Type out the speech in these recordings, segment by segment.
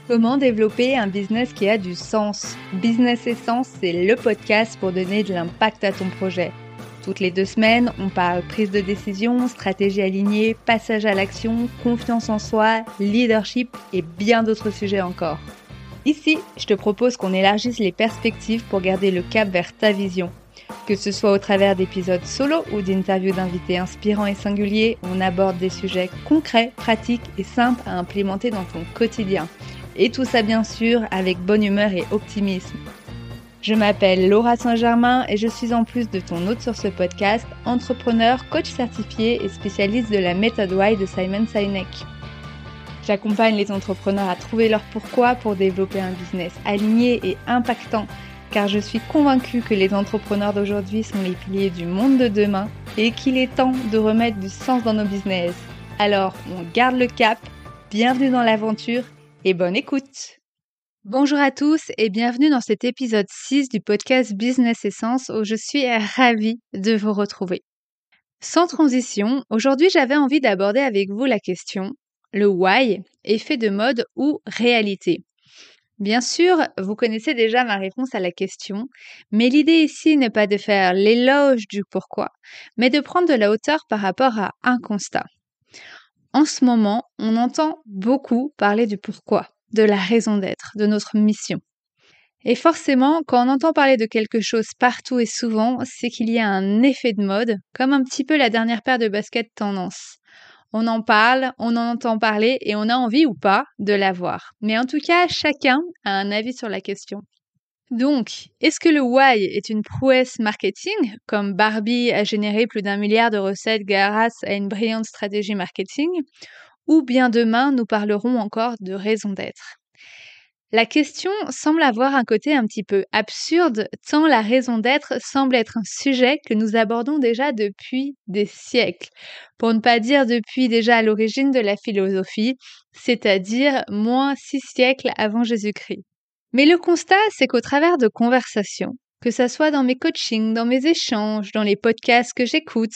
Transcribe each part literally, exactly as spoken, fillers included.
Comment développer un business qui a du sens? Business Essence, c'est le podcast pour donner de l'impact à ton projet. Toutes les deux semaines, on parle prise de décision, stratégie alignée, passage à l'action, confiance en soi, leadership et bien d'autres sujets encore. Ici, je te propose qu'on élargisse les perspectives pour garder le cap vers ta vision. Que ce soit au travers d'épisodes solo ou d'interviews d'invités inspirants et singuliers, on aborde des sujets concrets, pratiques et simples à implémenter dans ton quotidien. Et tout ça bien sûr avec bonne humeur et optimisme. Je m'appelle Laura Saint-Germain et je suis en plus de ton hôte sur ce podcast, entrepreneur, coach certifié et spécialiste de la méthode Why de Simon Sinek. J'accompagne les entrepreneurs à trouver leur pourquoi pour développer un business aligné et impactant, car je suis convaincue que les entrepreneurs d'aujourd'hui sont les piliers du monde de demain et qu'il est temps de remettre du sens dans nos business. Alors, on garde le cap, bienvenue dans l'aventure et bonne écoute. Bonjour à tous et bienvenue dans cet épisode six du podcast Business Essence où je suis ravie de vous retrouver. Sans transition, aujourd'hui j'avais envie d'aborder avec vous la question le why, effet de mode ou réalité. Bien sûr, vous connaissez déjà ma réponse à la question, mais l'idée ici n'est pas de faire l'éloge du pourquoi, mais de prendre de la hauteur par rapport à un constat. En ce moment, on entend beaucoup parler du pourquoi, de la raison d'être, de notre mission. Et forcément, quand on entend parler de quelque chose partout et souvent, c'est qu'il y a un effet de mode, comme un petit peu la dernière paire de baskets tendance. On en parle, on en entend parler et on a envie ou pas de l'avoir. Mais en tout cas, chacun a un avis sur la question. Donc, est-ce que le why est une prouesse marketing, comme Barbie a généré plus d'un milliard de recettes grâce à une brillante stratégie marketing, ou bien demain nous parlerons encore de raison d'être? La question semble avoir un côté un petit peu absurde, tant la raison d'être semble être un sujet que nous abordons déjà depuis des siècles, pour ne pas dire depuis déjà à l'origine de la philosophie, c'est-à-dire moins six siècles avant Jésus-Christ. Mais le constat, c'est qu'au travers de conversations, que ça soit dans mes coachings, dans mes échanges, dans les podcasts que j'écoute,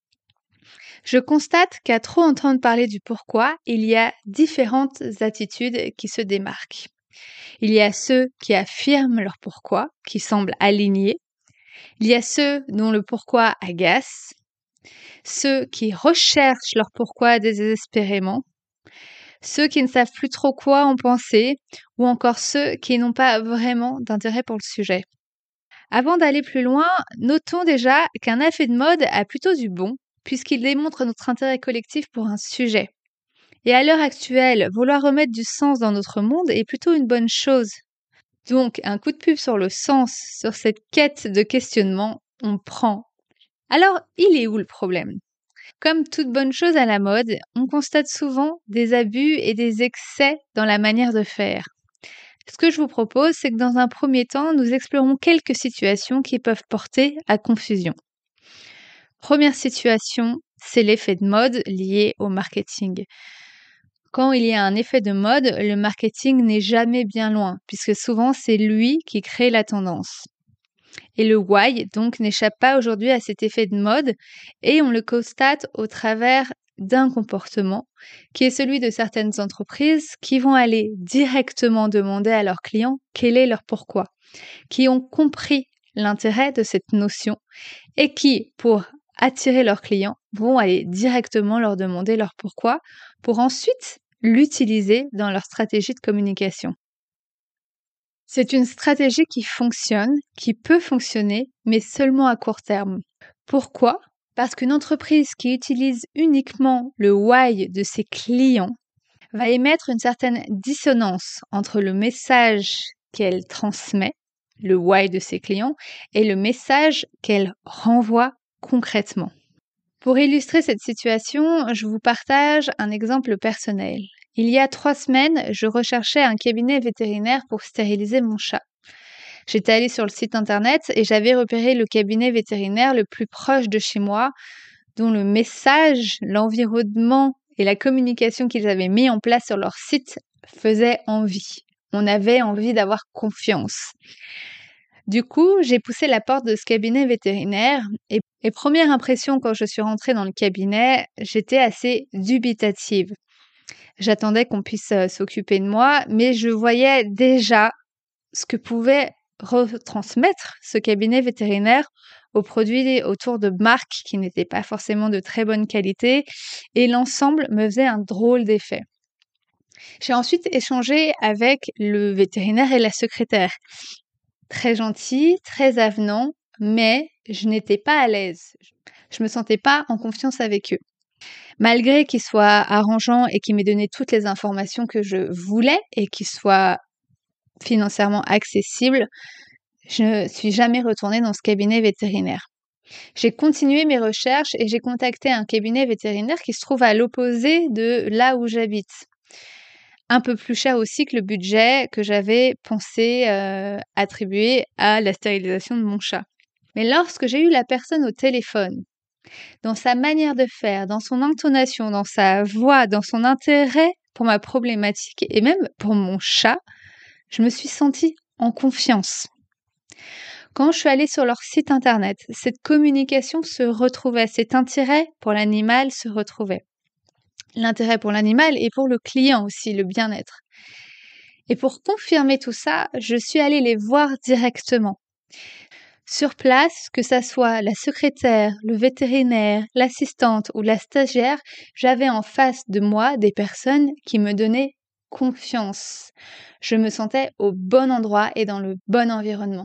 je constate qu'à trop entendre parler du pourquoi, il y a différentes attitudes qui se démarquent. Il y a ceux qui affirment leur pourquoi, qui semblent alignés. Il y a ceux dont le pourquoi agace. Ceux qui recherchent leur pourquoi désespérément. Ceux qui ne savent plus trop quoi en penser, ou encore ceux qui n'ont pas vraiment d'intérêt pour le sujet. Avant d'aller plus loin, notons déjà qu'un effet de mode a plutôt du bon, puisqu'il démontre notre intérêt collectif pour un sujet. Et à l'heure actuelle, vouloir remettre du sens dans notre monde est plutôt une bonne chose. Donc, un coup de pub sur le sens, sur cette quête de questionnement, on prend. Alors, il est où le problème ? Comme toute bonne chose à la mode, on constate souvent des abus et des excès dans la manière de faire. Ce que je vous propose, c'est que dans un premier temps, nous explorons quelques situations qui peuvent porter à confusion. Première situation, c'est l'effet de mode lié au marketing. Quand il y a un effet de mode, le marketing n'est jamais bien loin, puisque souvent c'est lui qui crée la tendance. Et le why, donc, n'échappe pas aujourd'hui à cet effet de mode, et on le constate au travers d'un comportement, qui est celui de certaines entreprises qui vont aller directement demander à leurs clients quel est leur pourquoi, qui ont compris l'intérêt de cette notion, et qui, pour attirer leurs clients, vont aller directement leur demander leur pourquoi, pour ensuite l'utiliser dans leur stratégie de communication. C'est une stratégie qui fonctionne, qui peut fonctionner, mais seulement à court terme. Pourquoi ? Parce qu'une entreprise qui utilise uniquement le why de ses clients va émettre une certaine dissonance entre le message qu'elle transmet, le why de ses clients, et le message qu'elle renvoie concrètement. Pour illustrer cette situation, je vous partage un exemple personnel. Il y a trois semaines, je recherchais un cabinet vétérinaire pour stériliser mon chat. J'étais allée sur le site internet et j'avais repéré le cabinet vétérinaire le plus proche de chez moi, dont le message, l'environnement et la communication qu'ils avaient mis en place sur leur site faisaient envie. On avait envie d'avoir confiance. Du coup, j'ai poussé la porte de ce cabinet vétérinaire et, et première impression quand je suis rentrée dans le cabinet, j'étais assez dubitative. J'attendais qu'on puisse euh, s'occuper de moi, mais je voyais déjà ce que pouvait retransmettre ce cabinet vétérinaire aux produits autour de marques qui n'étaient pas forcément de très bonne qualité, et l'ensemble me faisait un drôle d'effet. J'ai ensuite échangé avec le vétérinaire et la secrétaire. Très gentil, très avenant, mais je n'étais pas à l'aise. Je me sentais pas en confiance avec eux. Malgré qu'ils soient arrangeants et qu'ils m'aient donné toutes les informations que je voulais et qu'ils soient financièrement accessibles, je ne suis jamais retournée dans ce cabinet vétérinaire. J'ai continué mes recherches et j'ai contacté un cabinet vétérinaire qui se trouve à l'opposé de là où j'habite. Un peu plus cher aussi que le budget que j'avais pensé euh, attribuer à la stérilisation de mon chat. Mais lorsque j'ai eu la personne au téléphone, dans sa manière de faire, dans son intonation, dans sa voix, dans son intérêt pour ma problématique et même pour mon chat, je me suis sentie en confiance. Quand je suis allée sur leur site internet, cette communication se retrouvait, cet intérêt pour l'animal se retrouvait. L'intérêt pour l'animal et pour le client aussi, le bien-être. Et pour confirmer tout ça, je suis allée les voir directement. Sur place, que ça soit la secrétaire, le vétérinaire, l'assistante ou la stagiaire, j'avais en face de moi des personnes qui me donnaient confiance. Je me sentais au bon endroit et dans le bon environnement.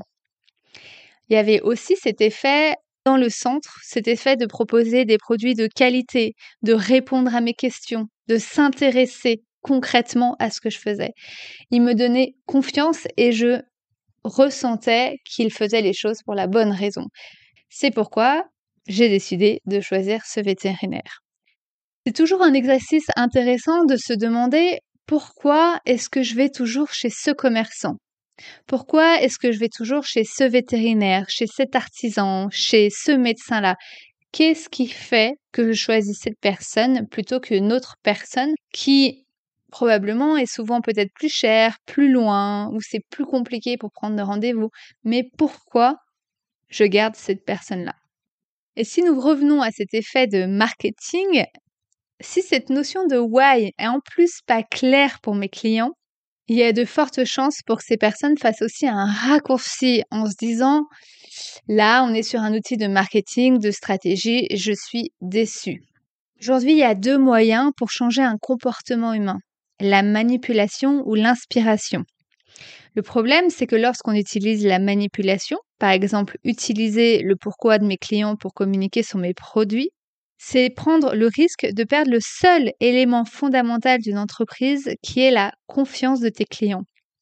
Il y avait aussi cet effet dans le centre, cet effet de proposer des produits de qualité, de répondre à mes questions, de s'intéresser concrètement à ce que je faisais. Il me donnait confiance et je ressentais qu'il faisait les choses pour la bonne raison. C'est pourquoi j'ai décidé de choisir ce vétérinaire. C'est toujours un exercice intéressant de se demander pourquoi est-ce que je vais toujours chez ce commerçant ? Pourquoi est-ce que je vais toujours chez ce vétérinaire, chez cet artisan, chez ce médecin-là ? Qu'est-ce qui fait que je choisis cette personne plutôt qu'une autre personne qui probablement est souvent peut-être plus chère, plus loin, ou c'est plus compliqué pour prendre de rendez-vous. Mais pourquoi je garde cette personne-là ? Et si nous revenons à cet effet de marketing, si cette notion de why est en plus pas claire pour mes clients, il y a de fortes chances pour que ces personnes fassent aussi un raccourci en se disant « Là, on est sur un outil de marketing, de stratégie, je suis déçue ». Aujourd'hui, il y a deux moyens pour changer un comportement humain, la manipulation ou l'inspiration. Le problème, c'est que lorsqu'on utilise la manipulation, par exemple utiliser le pourquoi de mes clients pour communiquer sur mes produits, c'est prendre le risque de perdre le seul élément fondamental d'une entreprise qui est la confiance de tes clients.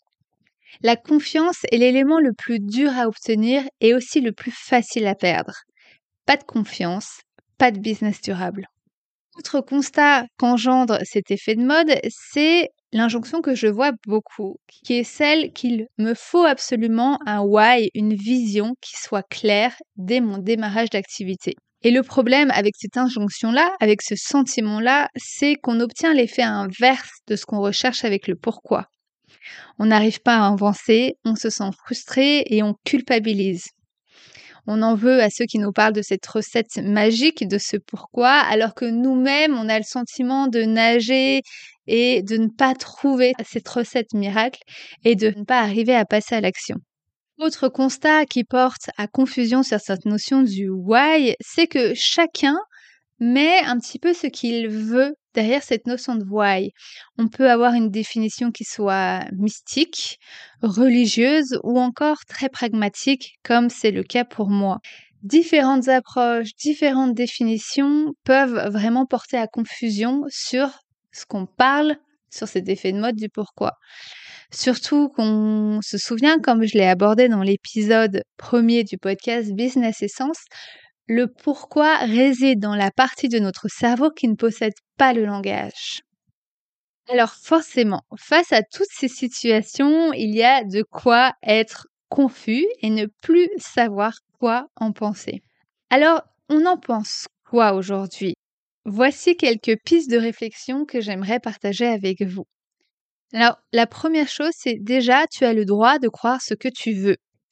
La confiance est l'élément le plus dur à obtenir et aussi le plus facile à perdre. Pas de confiance, pas de business durable. Autre constat qu'engendre cet effet de mode, c'est l'injonction que je vois beaucoup, qui est celle qu'il me faut absolument un why, une vision qui soit claire dès mon démarrage d'activité. Et le problème avec cette injonction-là, avec ce sentiment-là, c'est qu'on obtient l'effet inverse de ce qu'on recherche avec le pourquoi. On n'arrive pas à avancer, on se sent frustré et on culpabilise. On en veut à ceux qui nous parlent de cette recette magique, de ce pourquoi, alors que nous-mêmes, on a le sentiment de nager et de ne pas trouver cette recette miracle et de ne pas arriver à passer à l'action. Autre constat qui porte à confusion sur cette notion du why, c'est que chacun met un petit peu ce qu'il veut derrière cette notion de why. On peut avoir une définition qui soit mystique, religieuse ou encore très pragmatique, comme c'est le cas pour moi. Différentes approches, différentes définitions peuvent vraiment porter à confusion sur ce qu'on parle, sur cet effet de mode du pourquoi. Surtout qu'on se souvient, comme je l'ai abordé dans l'épisode premier du podcast Business Essence, le pourquoi réside dans la partie de notre cerveau qui ne possède pas le langage. Alors forcément, face à toutes ces situations, il y a de quoi être confus et ne plus savoir quoi en penser. Alors, on en pense quoi aujourd'hui ? Voici quelques pistes de réflexion que j'aimerais partager avec vous. Alors, la première chose, c'est déjà, tu as le droit de croire ce que tu veux.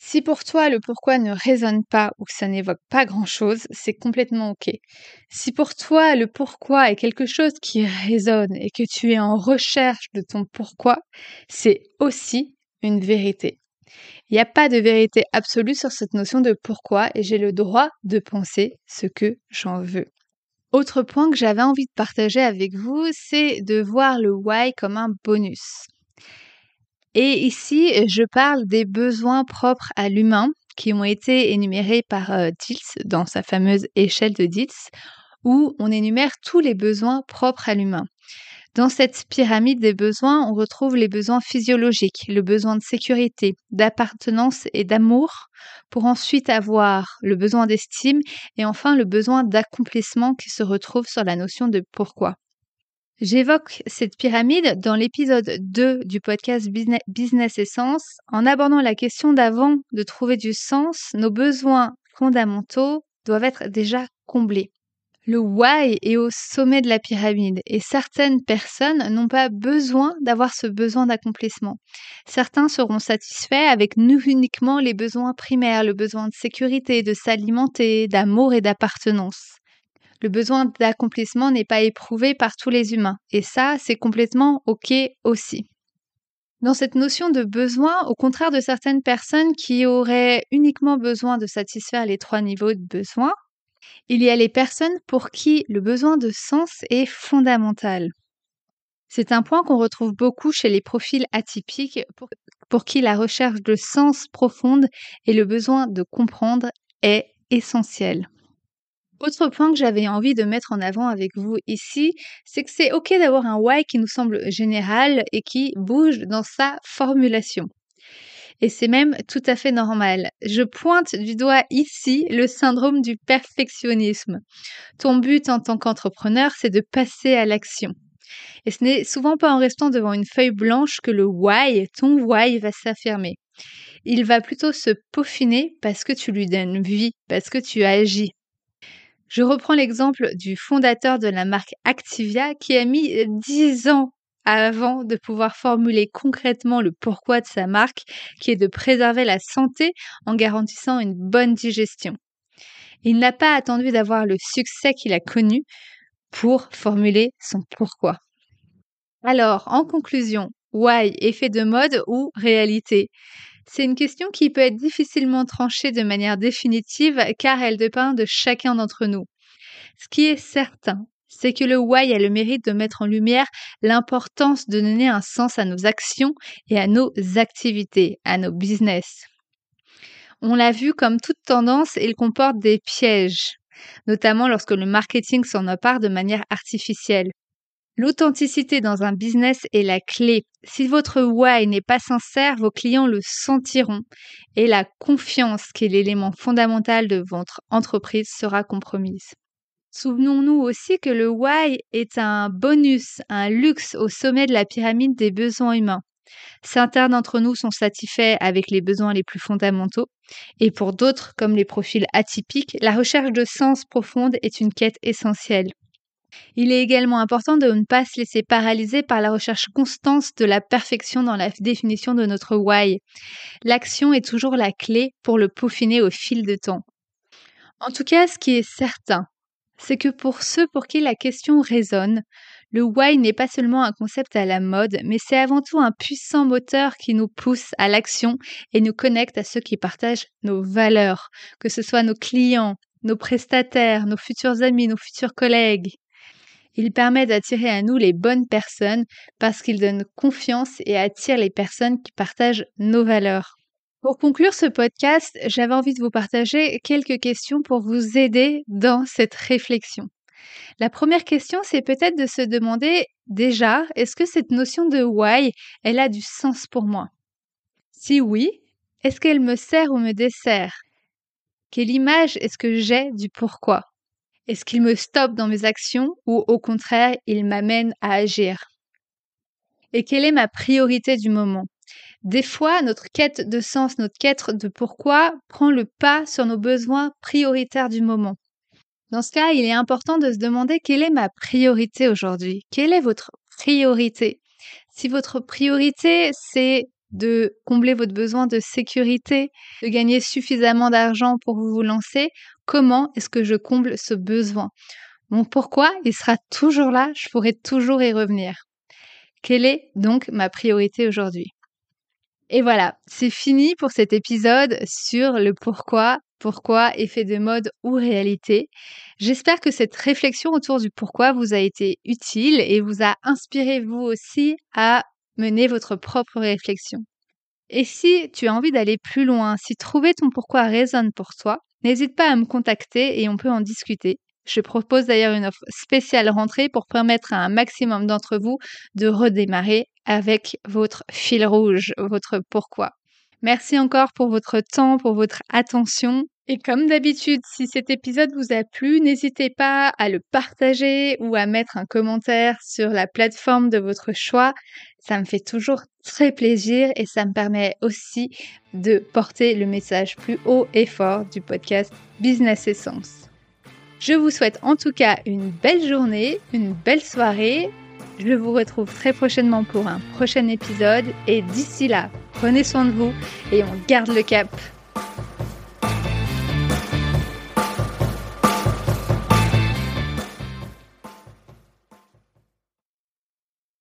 Si pour toi le pourquoi ne résonne pas ou que ça n'évoque pas grand-chose, c'est complètement OK. Si pour toi le pourquoi est quelque chose qui résonne et que tu es en recherche de ton pourquoi, c'est aussi une vérité. Il n'y a pas de vérité absolue sur cette notion de pourquoi et j'ai le droit de penser ce que j'en veux. Autre point que j'avais envie de partager avec vous, c'est de voir le why comme un bonus. Et ici, je parle des besoins propres à l'humain qui ont été énumérés par euh, Diels dans sa fameuse échelle de Diels, où on énumère tous les besoins propres à l'humain. Dans cette pyramide des besoins, on retrouve les besoins physiologiques, le besoin de sécurité, d'appartenance et d'amour, pour ensuite avoir le besoin d'estime et enfin le besoin d'accomplissement qui se retrouve sur la notion de pourquoi. J'évoque cette pyramide dans l'épisode deux du podcast Business, Business Essence en abordant la question d'avant de trouver du sens, nos besoins fondamentaux doivent être déjà comblés. Le why est au sommet de la pyramide et certaines personnes n'ont pas besoin d'avoir ce besoin d'accomplissement. Certains seront satisfaits avec nous uniquement les besoins primaires, le besoin de sécurité, de s'alimenter, d'amour et d'appartenance. Le besoin d'accomplissement n'est pas éprouvé par tous les humains et ça, c'est complètement OK aussi. Dans cette notion de besoin, au contraire de certaines personnes qui auraient uniquement besoin de satisfaire les trois niveaux de besoin, il y a les personnes pour qui le besoin de sens est fondamental. C'est un point qu'on retrouve beaucoup chez les profils atypiques pour, pour qui la recherche de sens profonde et le besoin de comprendre est essentiel. Autre point que j'avais envie de mettre en avant avec vous ici, c'est que c'est OK d'avoir un why qui nous semble général et qui bouge dans sa formulation. Et c'est même tout à fait normal. Je pointe du doigt ici le syndrome du perfectionnisme. Ton but en tant qu'entrepreneur, c'est de passer à l'action. Et ce n'est souvent pas en restant devant une feuille blanche que le why, ton why, va s'affirmer. Il va plutôt se peaufiner parce que tu lui donnes vie, parce que tu agis. Je reprends l'exemple du fondateur de la marque Activia qui a mis dix ans avant de pouvoir formuler concrètement le pourquoi de sa marque, qui est de préserver la santé en garantissant une bonne digestion. Il n'a pas attendu d'avoir le succès qu'il a connu pour formuler son pourquoi. Alors, en conclusion, why, effet de mode ou réalité ? C'est une question qui peut être difficilement tranchée de manière définitive car elle dépend de chacun d'entre nous. Ce qui est certain, c'est que le why a le mérite de mettre en lumière l'importance de donner un sens à nos actions et à nos activités, à nos business. On l'a vu, comme toute tendance, il comporte des pièges, notamment lorsque le marketing s'en empare de manière artificielle. L'authenticité dans un business est la clé. Si votre why n'est pas sincère, vos clients le sentiront et la confiance, qui est l'élément fondamental de votre entreprise, sera compromise. Souvenons-nous aussi que le why est un bonus, un luxe au sommet de la pyramide des besoins humains. Certains d'entre nous sont satisfaits avec les besoins les plus fondamentaux et pour d'autres, comme les profils atypiques, la recherche de sens profonde est une quête essentielle. Il est également important de ne pas se laisser paralyser par la recherche constante de la perfection dans la définition de notre why. L'action est toujours la clé pour le peaufiner au fil du temps. En tout cas, ce qui est certain, c'est que pour ceux pour qui la question résonne, le why n'est pas seulement un concept à la mode, mais c'est avant tout un puissant moteur qui nous pousse à l'action et nous connecte à ceux qui partagent nos valeurs, que ce soit nos clients, nos prestataires, nos futurs amis, nos futurs collègues. Il permet d'attirer à nous les bonnes personnes parce qu'il donne confiance et attire les personnes qui partagent nos valeurs. Pour conclure ce podcast, j'avais envie de vous partager quelques questions pour vous aider dans cette réflexion. La première question, c'est peut-être de se demander déjà, est-ce que cette notion de why, elle a du sens pour moi ? Si oui, est-ce qu'elle me sert ou me dessert ? Quelle image est-ce que j'ai du pourquoi ? Est-ce qu'il me stoppe dans mes actions ou au contraire, il m'amène à agir ? Et quelle est ma priorité du moment ? Des fois, notre quête de sens, notre quête de pourquoi prend le pas sur nos besoins prioritaires du moment. Dans ce cas, il est important de se demander quelle est ma priorité aujourd'hui ? Quelle est votre priorité ? Si votre priorité, c'est de combler votre besoin de sécurité, de gagner suffisamment d'argent pour vous lancer. Comment est-ce que je comble ce besoin? Mon pourquoi, il sera toujours là, je pourrai toujours y revenir. Quelle est donc ma priorité aujourd'hui? Et voilà, c'est fini pour cet épisode sur le pourquoi, pourquoi effet de mode ou réalité. J'espère que cette réflexion autour du pourquoi vous a été utile et vous a inspiré vous aussi à mener votre propre réflexion. Et si tu as envie d'aller plus loin, si trouver ton pourquoi résonne pour toi, n'hésite pas à me contacter et on peut en discuter. Je propose d'ailleurs une offre spéciale rentrée pour permettre à un maximum d'entre vous de redémarrer avec votre fil rouge, votre pourquoi. Merci encore pour votre temps, pour votre attention. Et comme d'habitude, si cet épisode vous a plu, n'hésitez pas à le partager ou à mettre un commentaire sur la plateforme de votre choix. Ça me fait toujours très plaisir et ça me permet aussi de porter le message plus haut et fort du podcast Business Essence. Je vous souhaite en tout cas une belle journée, une belle soirée. Je vous retrouve très prochainement pour un prochain épisode et d'ici là, prenez soin de vous et on garde le cap.